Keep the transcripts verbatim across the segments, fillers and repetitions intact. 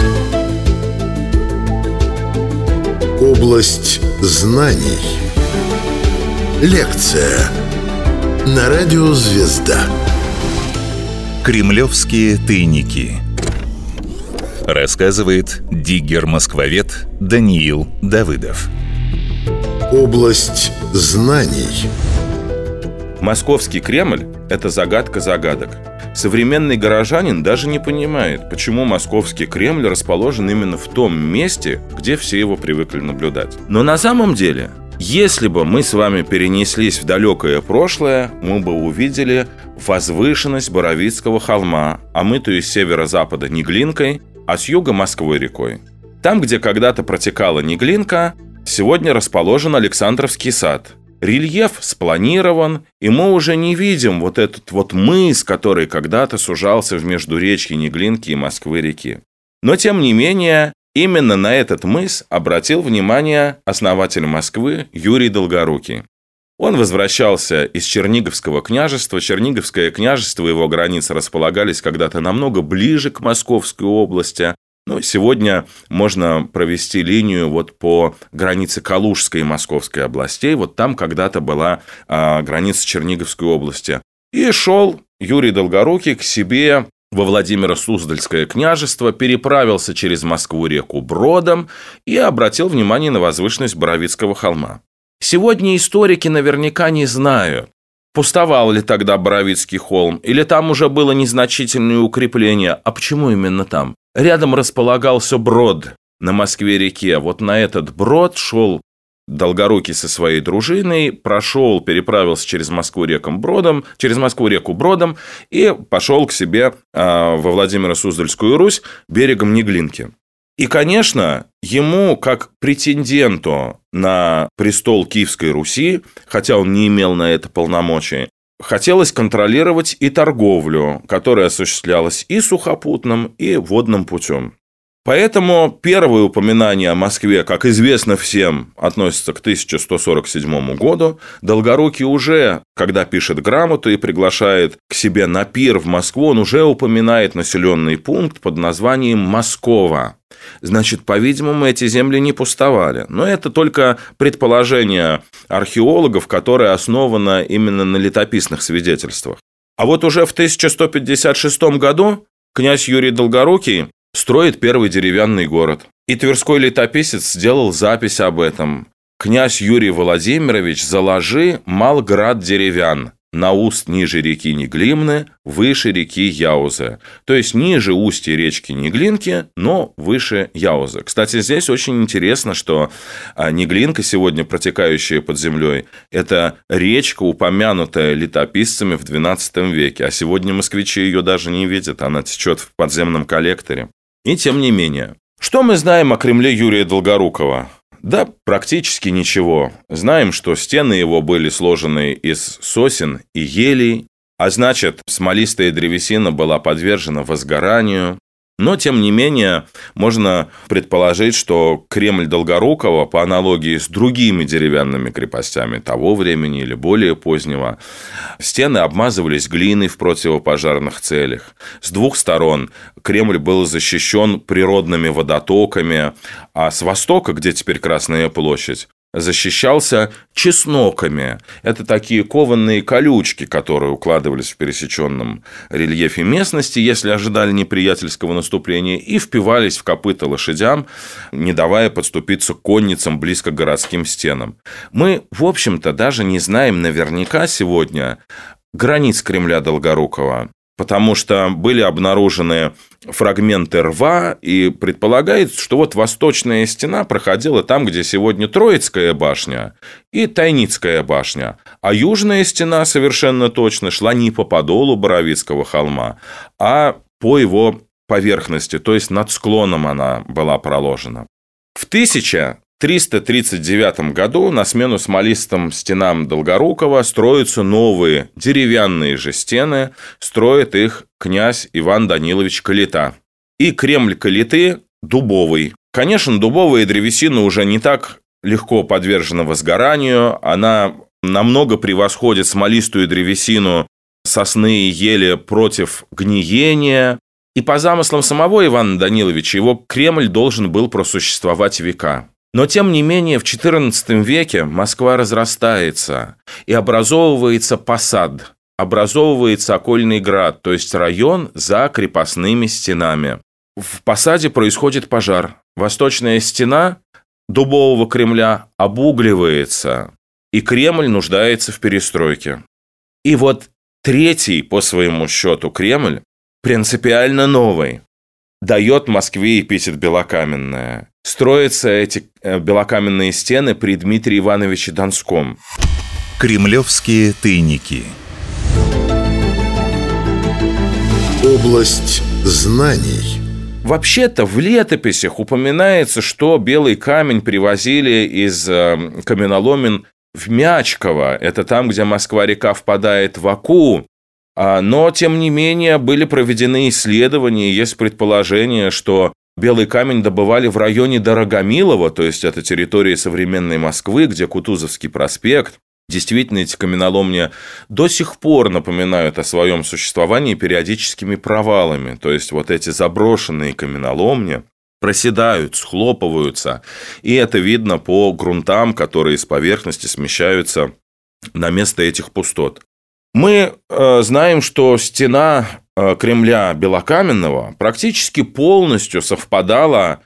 Область знаний. Лекция на радио «Звезда». Кремлевские тайники. Рассказывает диггер-москвовед Даниил Давыдов. Область знаний. Московский Кремль – это загадка загадок. Современный горожанин даже не понимает, почему Московский Кремль расположен именно в том месте, где все его привыкли наблюдать. Но на самом деле, если бы мы с вами перенеслись в далекое прошлое, мы бы увидели возвышенность Боровицкого холма, омытую с северо-запада Неглинкой, а с юга Москвой рекой. Там, где когда-то протекала Неглинка, сегодня расположен Александровский сад. Рельеф спланирован, и мы уже не видим вот этот вот мыс, который когда-то сужался в междуречье Неглинки и Москвы-реки. Но, тем не менее, именно на этот мыс обратил внимание основатель Москвы Юрий Долгорукий. Он возвращался из Черниговского княжества. Черниговское княжество и его границы располагались когда-то намного ближе к Московской области. Ну, сегодня можно провести линию вот по границе Калужской и Московской областей. Вот там когда-то была а, граница Черниговской области. И шел Юрий Долгорукий к себе во Владимиро-Суздальское княжество, переправился через Москву-реку бродом и обратил внимание на возвышенность Боровицкого холма. Сегодня историки наверняка не знают, пустовал ли тогда Боровицкий холм, или там уже было незначительное укрепление. А почему именно там? Рядом располагался брод на Москве-реке. Вот на этот брод шел Долгорукий со своей дружиной, прошел, переправился через Москву-реку бродом, через Москву-реку бродом и пошел к себе э, во Владимиро-Суздальскую Русь берегом Неглинки. И, конечно, ему, как претенденту на престол Киевской Руси, хотя он не имел на это полномочий, хотелось контролировать и торговлю, которая осуществлялась и сухопутным, и водным путем. Поэтому первое упоминание о Москве, как известно всем, относится к тысяча сто сорок седьмому году. Долгорукий уже, когда пишет грамоту и приглашает к себе на пир в Москву, он уже упоминает населенный пункт под названием Москова. Значит, по-видимому, эти земли не пустовали. Но это только предположение археологов, которое основано именно на летописных свидетельствах. А вот уже в тысяча сто пятьдесят шестом году князь Юрий Долгорукий строит первый деревянный город. И тверской летописец сделал запись об этом. «Князь Юрий Владимирович, заложи Малград деревян на уст ниже реки Неглимны, выше реки Яузы». То есть, ниже устья речки Неглинки, но выше Яузы. Кстати, здесь очень интересно, что Неглинка, сегодня протекающая под землей, это речка, упомянутая летописцами в двенадцатом веке. А сегодня москвичи ее даже не видят, она течет в подземном коллекторе. И тем не менее. Что мы знаем о Кремле Юрия Долгорукова? Да, практически ничего. Знаем, что стены его были сложены из сосен и елей, а значит, смолистая древесина была подвержена возгоранию. Но, тем не менее, можно предположить, что Кремль Долгорукова, по аналогии с другими деревянными крепостями того времени или более позднего, стены обмазывались глиной в противопожарных целях. С двух сторон Кремль был защищен природными водотоками, а с востока, где теперь Красная площадь, защищался чесноками. Это такие кованные колючки, которые укладывались в пересеченном рельефе местности, если ожидали неприятельского наступления, и впивались в копыта лошадям, не давая подступиться к конницам близко к городским стенам. Мы, в общем-то, даже не знаем наверняка сегодня границ Кремля Долгорукова, потому что были обнаружены фрагменты рва, и предполагается, что вот восточная стена проходила там, где сегодня Троицкая башня и Тайницкая башня, а южная стена совершенно точно шла не по подолу Боровицкого холма, а по его поверхности, то есть над склоном она была проложена. В тысяча триста тридцать девятом году на смену смолистым стенам Долгорукова строятся новые деревянные же стены, строит их князь Иван Данилович Калита. И Кремль Калиты дубовый. Конечно, дубовая древесина уже не так легко подвержена возгоранию, она намного превосходит смолистую древесину сосны и ели против гниения. И по замыслам самого Ивана Даниловича его Кремль должен был просуществовать века. Но, тем не менее, в четырнадцатом веке Москва разрастается, и образовывается посад, образовывается окольный град, то есть район за крепостными стенами. В посаде происходит пожар. Восточная стена Дубового Кремля обугливается, и Кремль нуждается в перестройке. И вот третий по своему счету Кремль, принципиально новый, дает Москве эпитет белокаменная. Строятся эти белокаменные стены при Дмитрии Ивановиче Донском. Кремлевские тайники. Область знаний. Вообще-то в летописях упоминается, что белый камень привозили из каменоломен в Мячково. Это там, где Москва-река впадает в Оку. Но, тем не менее, были проведены исследования, и есть предположение, что белый камень добывали в районе Дорогомилово, то есть это территория современной Москвы, где Кутузовский проспект. Действительно, эти каменоломни до сих пор напоминают о своем существовании периодическими провалами. То есть, вот эти заброшенные каменоломни проседают, схлопываются. И это видно по грунтам, которые с поверхности смещаются на место этих пустот. Мы э, знаем, что стена э, Кремля белокаменного практически полностью совпадала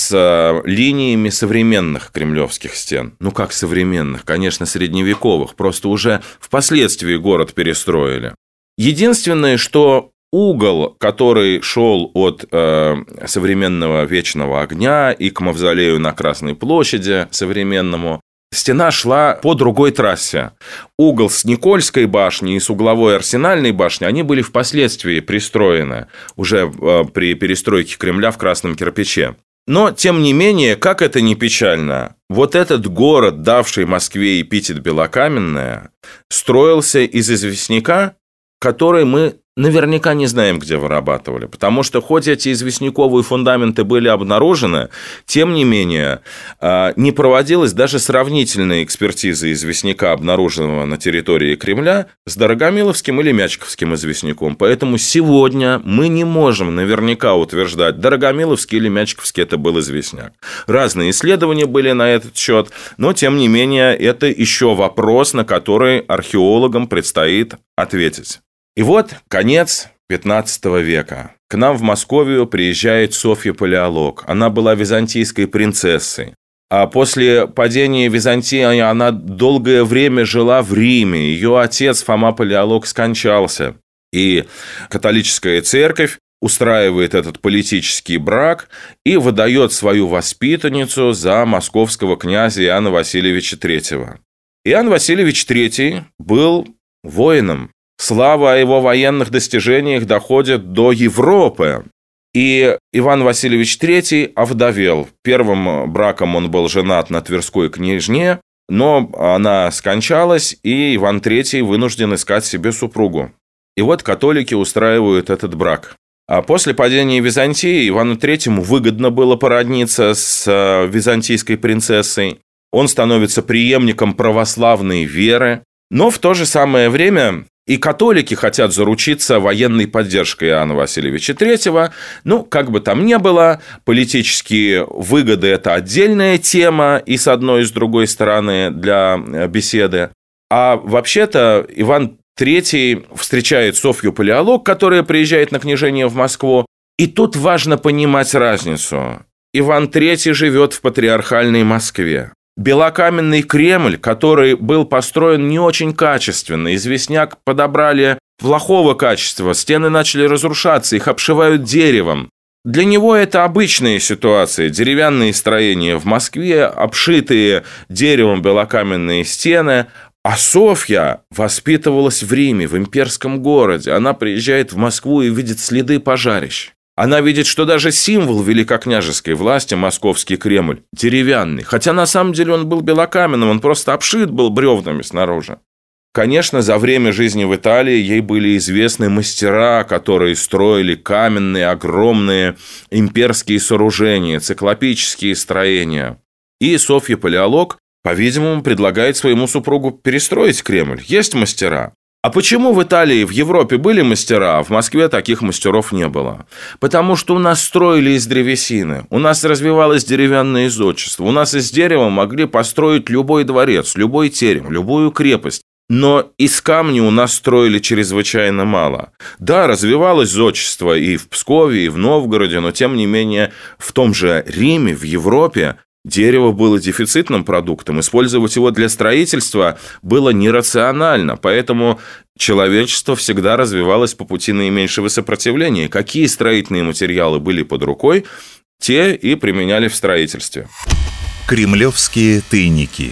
с линиями современных кремлевских стен. Ну, как современных? Конечно, средневековых. Просто уже впоследствии город перестроили. Единственное, что угол, который шел от э, современного Вечного огня и к мавзолею на Красной площади современному, стена шла по другой трассе. Угол с Никольской башни и с угловой Арсенальной башни, они были впоследствии пристроены уже э, при перестройке Кремля в красном кирпиче. Но, тем не менее, как это ни печально, вот этот город, давший Москве эпитет белокаменная, строился из известняка, который мы наверняка не знаем, где вырабатывали. Потому что, хоть эти известняковые фундаменты были обнаружены, тем не менее, не проводилась даже сравнительная экспертиза известняка, обнаруженного на территории Кремля, с Дорогомиловским или Мячковским известняком. Поэтому сегодня мы не можем наверняка утверждать, Дорогомиловский или Мячковский это был известняк. Разные исследования были на этот счет, но, тем не менее, это еще вопрос, на который археологам предстоит ответить. И вот конец пятнадцатого века. К нам в Московию приезжает Софья Палеолог. Она была византийской принцессой. А после падения Византии она долгое время жила в Риме. Ее отец Фома Палеолог скончался. И католическая церковь устраивает этот политический брак и выдает свою воспитанницу за московского князя Иоанна Васильевича третьего. Иоанн Васильевич третий был воином. Слава о его военных достижениях доходит до Европы. И Иван Васильевич третий овдовел. Первым браком он был женат на Тверской княжне, но она скончалась, и Иван третий вынужден искать себе супругу. И вот католики устраивают этот брак. А после падения Византии Ивану третьему выгодно было породниться с византийской принцессой. Он становится преемником православной веры, но в то же самое время и католики хотят заручиться военной поддержкой Иоанна Васильевича третьего. Ну, как бы там ни было, политические выгоды – это отдельная тема и с одной, и с другой стороны для беседы. А вообще-то Иван третий встречает Софью Палеолог, которая приезжает на княжение в Москву. И тут важно понимать разницу. Иван третий живет в патриархальной Москве. Белокаменный Кремль, который был построен не очень качественно, известняк подобрали плохого качества, стены начали разрушаться, их обшивают деревом. Для него это обычная ситуация. Деревянные строения в Москве, обшитые деревом белокаменные стены. А Софья воспитывалась в Риме, в имперском городе. Она приезжает в Москву и видит следы пожарищ. Она видит, что даже символ великокняжеской власти, московский Кремль, деревянный. Хотя на самом деле он был белокаменным, он просто обшит был бревнами снаружи. Конечно, за время жизни в Италии ей были известны мастера, которые строили каменные, огромные имперские сооружения, циклопические строения. И Софья Палеолог, по-видимому, предлагает своему супругу перестроить Кремль. Есть мастера. А почему в Италии, в Европе были мастера, а в Москве таких мастеров не было? Потому что у нас строили из древесины, у нас развивалось деревянное зодчество, у нас из дерева могли построить любой дворец, любой терем, любую крепость. Но из камня у нас строили чрезвычайно мало. Да, развивалось зодчество и в Пскове, и в Новгороде, но тем не менее в том же Риме, в Европе, дерево было дефицитным продуктом, использовать его для строительства было нерационально, поэтому человечество всегда развивалось по пути наименьшего сопротивления. Какие строительные материалы были под рукой, те и применяли в строительстве. Кремлевские тайники.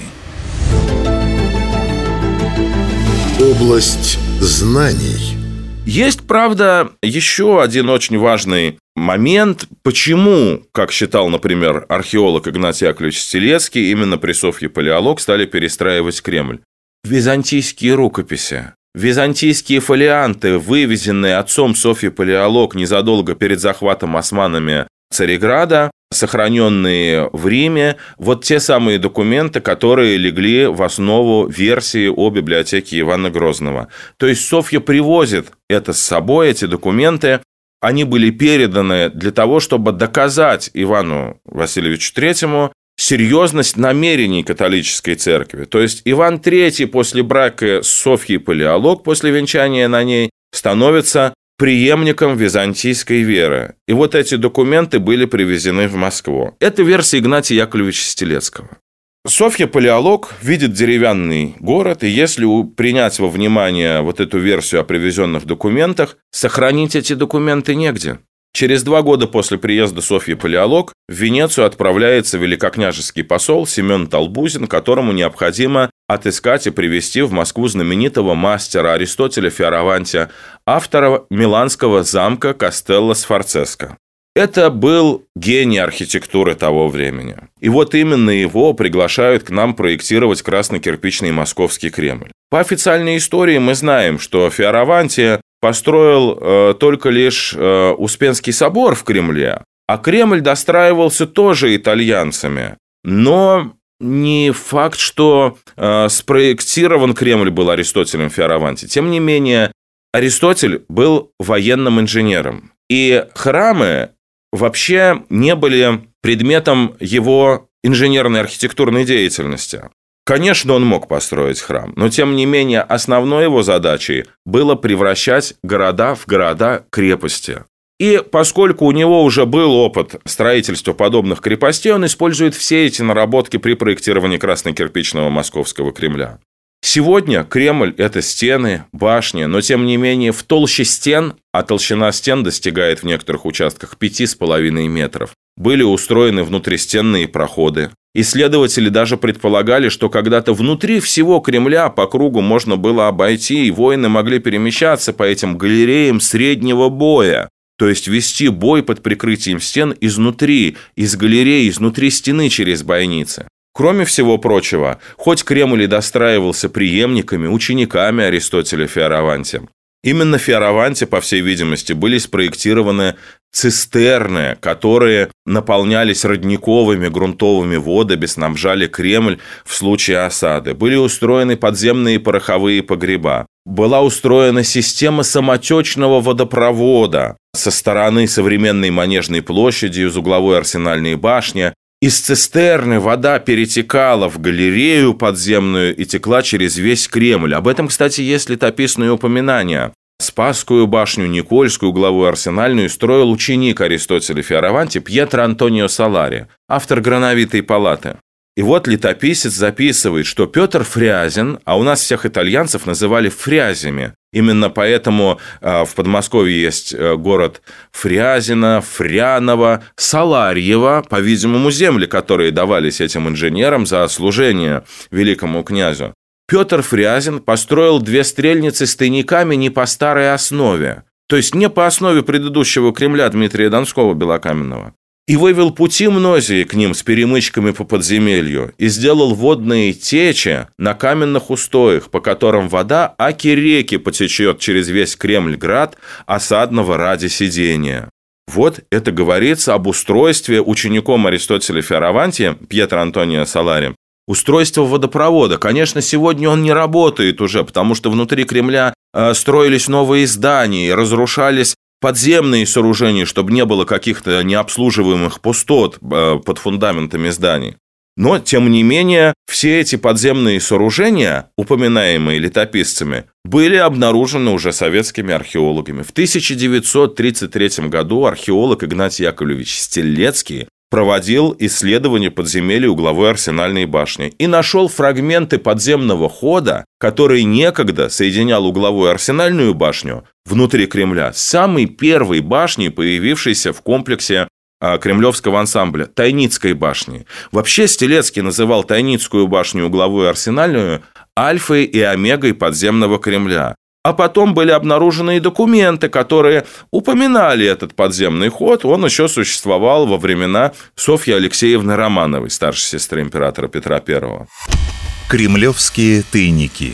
Область знаний. Есть, правда, еще один очень важный момент, почему, как считал, например, археолог Игнатий Яковлевич Стелецкий, именно при Софье Палеолог стали перестраивать Кремль. Византийские рукописи, византийские фолианты, вывезенные отцом Софьи Палеолог незадолго перед захватом османами Цареграда, сохраненные в Риме, вот те самые документы, которые легли в основу версии о библиотеке Ивана Грозного. То есть Софья привозит это с собой, эти документы, они были переданы для того, чтобы доказать Ивану Васильевичу Третьему серьезность намерений католической церкви. То есть Иван Третий после брака с Софьей Палеолог, после венчания на ней, становится преемником византийской веры. И вот эти документы были привезены в Москву. Это версия Игнатия Яковлевича Стелецкого. Софья Палеолог видит деревянный город, и если принять во внимание вот эту версию о привезенных документах, сохранить эти документы негде. Через два года после приезда Софьи Палеолог в Венецию отправляется великокняжеский посол Семен Толбузин, которому необходимо отыскать и привезти в Москву знаменитого мастера Аристотеля Фиораванти, автора миланского замка Кастелло Сфорцеско. Это был гений архитектуры того времени. И вот именно его приглашают к нам проектировать красно-кирпичный московский Кремль. По официальной истории мы знаем, что Фиораванти построил э, только лишь э, Успенский собор в Кремле, а Кремль достраивался тоже итальянцами. Но не факт, что э, спроектирован Кремль был Аристотелем Фиораванти. Тем не менее, Аристотель был военным инженером. И храмы вообще не были предметом его инженерной архитектурной деятельности. Конечно, он мог построить храм, но, тем не менее, основной его задачей было превращать города в города-крепости. И поскольку у него уже был опыт строительства подобных крепостей, он использует все эти наработки при проектировании красно-кирпичного московского Кремля. Сегодня Кремль – это стены, башни, но, тем не менее, в толще стен, а толщина стен достигает в некоторых участках пяти с половиной метров, были устроены внутристенные проходы. Исследователи даже предполагали, что когда-то внутри всего Кремля по кругу можно было обойти, и воины могли перемещаться по этим галереям среднего боя, то есть вести бой под прикрытием стен изнутри, из галереи, изнутри стены через бойницы. Кроме всего прочего, хоть Кремль и достраивался преемниками, учениками Аристотеля Фиораванти, именно Фиораванти, по всей видимости, были спроектированы цистерны, которые наполнялись родниковыми грунтовыми водами, снабжали Кремль в случае осады. Были устроены подземные пороховые погреба. Была устроена система самотечного водопровода со стороны современной Манежной площади из угловой Арсенальной башни. Из цистерны вода перетекала в галерею подземную и текла через весь Кремль. Об этом, кстати, есть летописные упоминания. Спасскую башню, Никольскую, угловую Арсенальную строил ученик Аристотеля Фиораванти Пьетро Антонио Салари, автор «Грановитой палаты». И вот летописец записывает, что Петр Фрязин, а у нас всех итальянцев называли фрязями. Именно поэтому в Подмосковье есть город Фрязино, Фряново, Саларьево, по-видимому, земли, которые давались этим инженерам за служение великому князю. Петр Фрязин построил две стрельницы с тайниками не по старой основе, то есть не по основе предыдущего Кремля Дмитрия Донского белокаменного. И вывел пути мнозии к ним с перемычками по подземелью, и сделал водные течи на каменных устоях, по которым вода аки реки потечет через весь Кремль-град, осадного ради сидения. Вот это говорится об устройстве учеником Аристотеля Фиораванти Пьетро Антонио Салари устройство водопровода. Конечно, сегодня он не работает уже, потому что внутри Кремля строились новые здания, разрушались подземные сооружения, чтобы не было каких-то необслуживаемых пустот под фундаментами зданий. Но, тем не менее, все эти подземные сооружения, упоминаемые летописцами, были обнаружены уже советскими археологами. В тысяча девятьсот тридцать третьем году археолог Игнатий Яковлевич Стелецкий проводил исследование подземелья угловой Арсенальной башни и нашел фрагменты подземного хода, который некогда соединял угловую Арсенальную башню внутри Кремля с самой первой башней, появившейся в комплексе кремлевского ансамбля – Тайницкой башни. Вообще Стелецкий называл Тайницкую башню угловую Арсенальную альфой и омегой подземного Кремля. А потом были обнаружены и документы, которые упоминали этот подземный ход. Он еще существовал во времена Софьи Алексеевны Романовой, старшей сестры императора Петра Первого. Кремлевские тайники.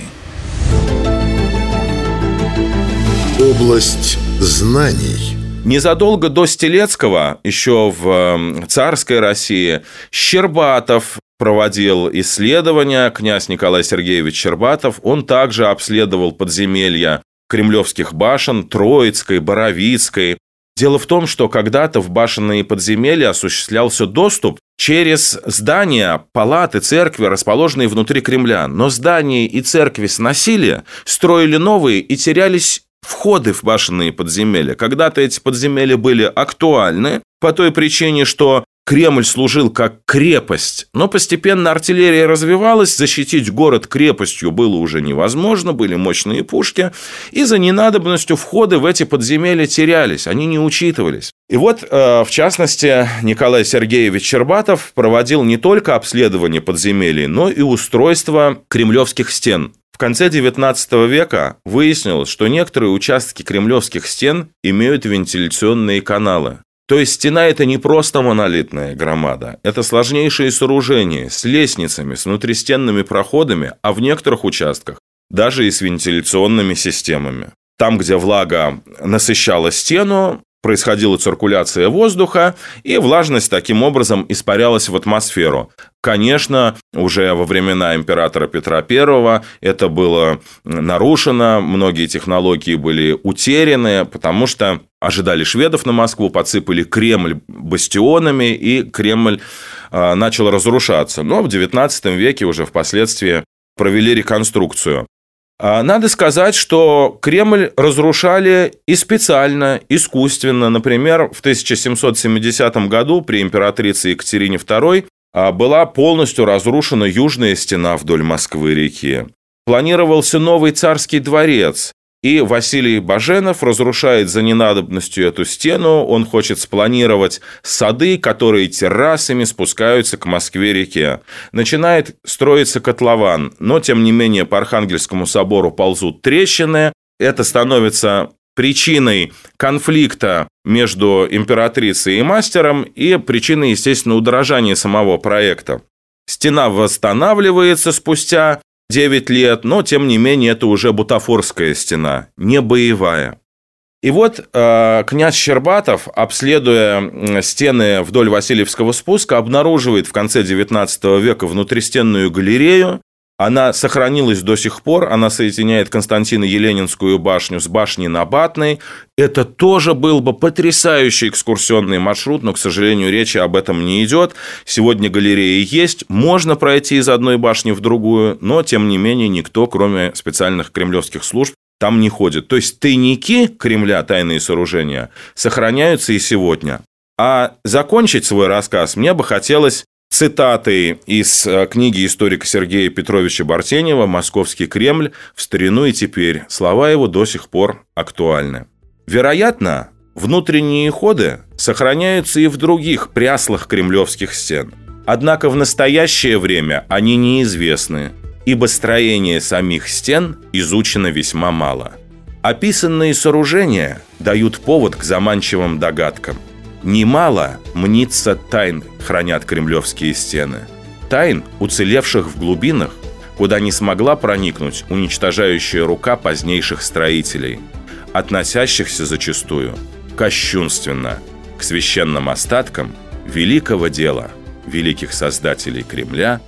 Область знаний. Незадолго до Стелецкого, еще в царской России, Щербатов проводил исследования, князь Николай Сергеевич Щербатов, он также обследовал подземелья кремлевских башен, Троицкой, Боровицкой. Дело в том, что когда-то в башенные подземелья осуществлялся доступ через здания, палаты, церкви, расположенные внутри Кремля. Но здания и церкви сносили, строили новые и терялись входы в башенные подземелья. Когда-то эти подземелья были актуальны по той причине, что Кремль служил как крепость, но постепенно артиллерия развивалась, защитить город крепостью было уже невозможно, были мощные пушки, и за ненадобностью входы в эти подземелья терялись, они не учитывались. И вот, в частности, Николай Сергеевич Щербатов проводил не только обследование подземелий, но и устройство кремлевских стен. В конце девятнадцатого века выяснилось, что некоторые участки кремлевских стен имеют вентиляционные каналы. То есть стена – это не просто монолитная громада, это сложнейшие сооружения с лестницами, с внутристенными проходами, а в некоторых участках даже и с вентиляционными системами. Там, где влага насыщала стену, происходила циркуляция воздуха, и влажность таким образом испарялась в атмосферу. Конечно, уже во времена императора Петра Первого это было нарушено, многие технологии были утеряны, потому что ожидали шведов на Москву, подсыпали Кремль бастионами, и Кремль начал разрушаться. Но в девятнадцатом веке уже впоследствии провели реконструкцию. Надо сказать, что Кремль разрушали и специально, искусственно. Например, в тысяча семьсот семидесятом году при императрице Екатерине Второй была полностью разрушена южная стена вдоль Москвы-реки. Планировался новый царский дворец, и Василий Баженов разрушает за ненадобностью эту стену. Он хочет спланировать сады, которые террасами спускаются к Москве-реке. Начинает строиться котлован, но, тем не менее, по Архангельскому собору ползут трещины. Это становится причиной конфликта между императрицей и мастером и причиной, естественно, удорожания самого проекта. Стена восстанавливается спустя девять лет, но, тем не менее, это уже бутафорская стена, не боевая. И вот э, князь Щербатов, обследуя стены вдоль Васильевского спуска, обнаруживает в конце девятнадцатого века внутристенную галерею. Она сохранилась до сих пор, она соединяет Константино-Еленинскую башню с башней Набатной. Это тоже был бы потрясающий экскурсионный маршрут, но, к сожалению, речи об этом не идет. Сегодня галереи есть, можно пройти из одной башни в другую, но, тем не менее, никто, кроме специальных кремлевских служб, там не ходит. То есть тайники Кремля, тайные сооружения, сохраняются и сегодня. А закончить свой рассказ мне бы хотелось цитатой из книги историка Сергея Петровича Бартенева «Московский Кремль. В старину и теперь». Слова его до сих пор актуальны. Вероятно, внутренние ходы сохраняются и в других пряслах кремлевских стен. Однако в настоящее время они неизвестны, ибо строение самих стен изучено весьма мало. Описанные сооружения дают повод к заманчивым догадкам. Немало мнится тайн хранят кремлевские стены. Тайн, уцелевших в глубинах, куда не смогла проникнуть уничтожающая рука позднейших строителей, относящихся зачастую кощунственно к священным остаткам великого дела великих создателей Кремля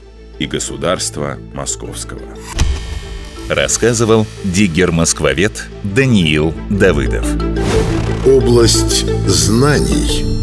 и государства московского. Рассказывал диггер-москвовед Даниил Давыдов. Область знаний.